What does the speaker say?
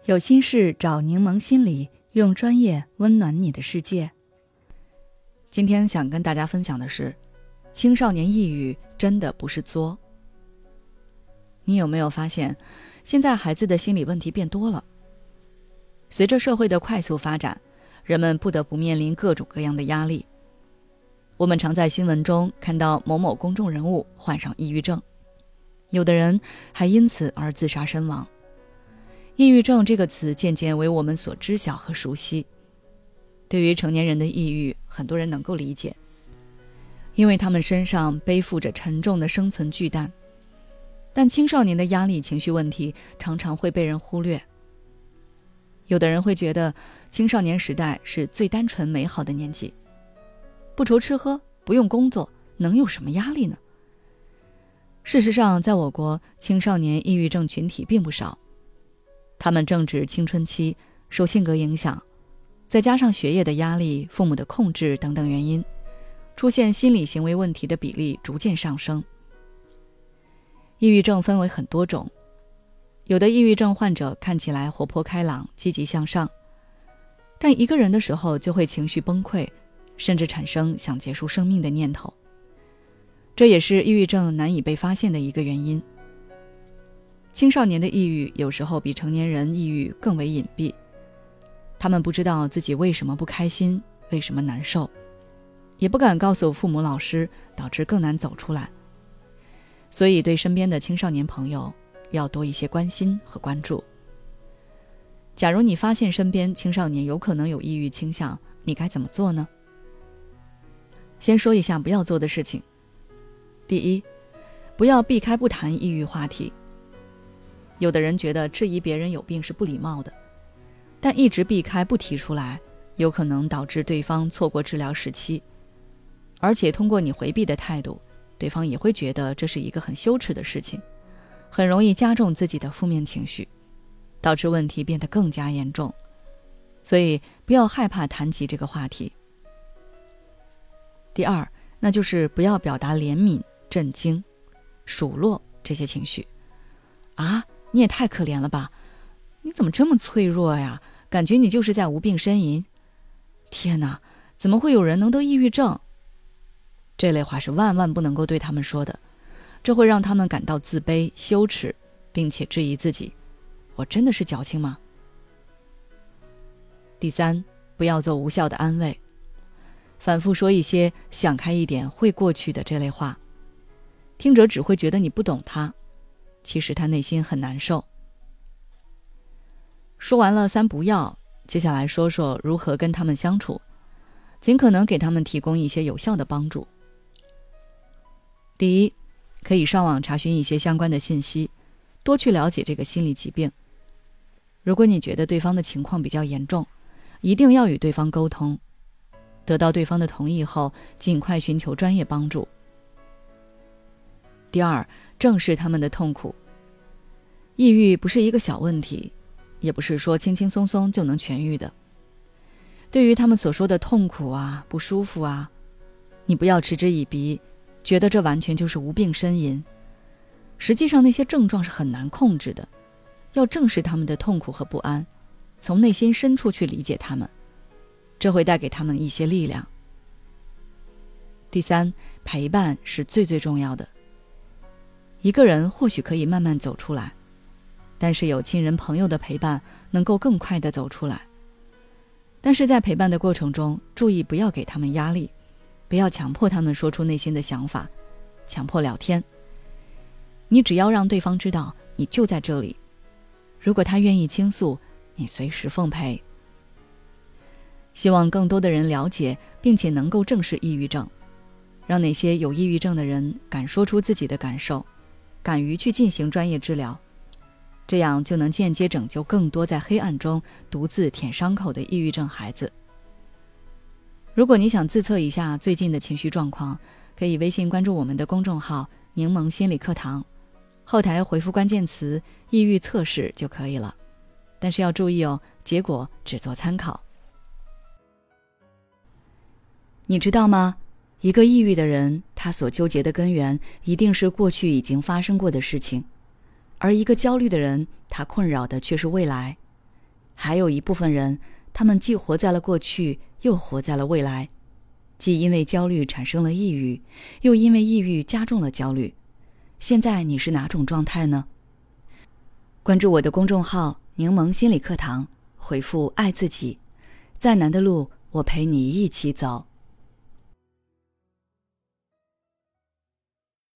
有心事找柠檬心理，用专业温暖你的世界。今天想跟大家分享的是，青少年抑郁真的不是作。你有没有发现，现在孩子的心理问题变多了？随着社会的快速发展，人们不得不面临各种各样的压力。我们常在新闻中看到某某公众人物患上抑郁症，有的人还因此而自杀身亡。抑郁症这个词渐渐为我们所知晓和熟悉。对于成年人的抑郁，很多人能够理解，因为他们身上背负着沉重的生存巨担。但青少年的压力情绪问题常常会被人忽略。有的人会觉得青少年时代是最单纯美好的年纪，不愁吃喝，不用工作，能有什么压力呢？事实上，在我国，青少年抑郁症群体并不少。他们正值青春期，受性格影响，再加上学业的压力、父母的控制等等原因，出现心理行为问题的比例逐渐上升。抑郁症分为很多种，有的抑郁症患者看起来活泼开朗、积极向上，但一个人的时候就会情绪崩溃，甚至产生想结束生命的念头。这也是抑郁症难以被发现的一个原因。青少年的抑郁有时候比成年人抑郁更为隐蔽，他们不知道自己为什么不开心，为什么难受，也不敢告诉父母老师，导致更难走出来。所以对身边的青少年朋友要多一些关心和关注。假如你发现身边青少年有可能有抑郁倾向，你该怎么做呢？先说一下不要做的事情。第一，不要避开不谈抑郁话题。有的人觉得质疑别人有病是不礼貌的，但一直避开不提出来，有可能导致对方错过治疗时期，而且通过你回避的态度，对方也会觉得这是一个很羞耻的事情，很容易加重自己的负面情绪，导致问题变得更加严重。所以不要害怕谈及这个话题。第二，那就是不要表达怜悯、震惊、数落这些情绪。啊，你也太可怜了吧，你怎么这么脆弱呀？感觉你就是在无病呻吟。天哪，怎么会有人能得抑郁症？这类话是万万不能够对他们说的，这会让他们感到自卑、羞耻，并且质疑自己，我真的是矫情吗？第三，不要做无效的安慰，反复说一些想开一点会过去的这类话，听者只会觉得你不懂他，其实他内心很难受。说完了三不要，接下来说说如何跟他们相处，尽可能给他们提供一些有效的帮助。第一，可以上网查询一些相关的信息，多去了解这个心理疾病。如果你觉得对方的情况比较严重，一定要与对方沟通，得到对方的同意后，尽快寻求专业帮助。第二，正视他们的痛苦。抑郁不是一个小问题，也不是说轻轻松松就能痊愈的。对于他们所说的痛苦啊、不舒服啊，你不要嗤之以鼻，觉得这完全就是无病呻吟。实际上那些症状是很难控制的，要正视他们的痛苦和不安，从内心深处去理解他们，这会带给他们一些力量。第三，陪伴是最重要的。一个人或许可以慢慢走出来，但是有亲人朋友的陪伴能够更快地走出来。但是在陪伴的过程中，注意不要给他们压力，不要强迫他们说出内心的想法，强迫聊天。你只要让对方知道你就在这里，如果他愿意倾诉，你随时奉陪。希望更多的人了解并且能够正视抑郁症，让那些有抑郁症的人敢说出自己的感受，敢于去进行专业治疗，这样就能间接拯救更多在黑暗中独自舔伤口的抑郁症孩子。如果你想自测一下最近的情绪状况，可以微信关注我们的公众号柠檬心理课堂，后台回复关键词抑郁测试就可以了。但是要注意哦，结果只做参考。你知道吗？一个抑郁的人，他所纠结的根源一定是过去已经发生过的事情，而一个焦虑的人，他困扰的却是未来。 还有一部分人，他们既活在了过去，又活在了未来，既因为焦虑产生了抑郁，又因为抑郁加重了焦虑。现在你是哪种状态呢？关注我的公众号柠檬心理课堂，回复爱自己，再难的路我陪你一起走。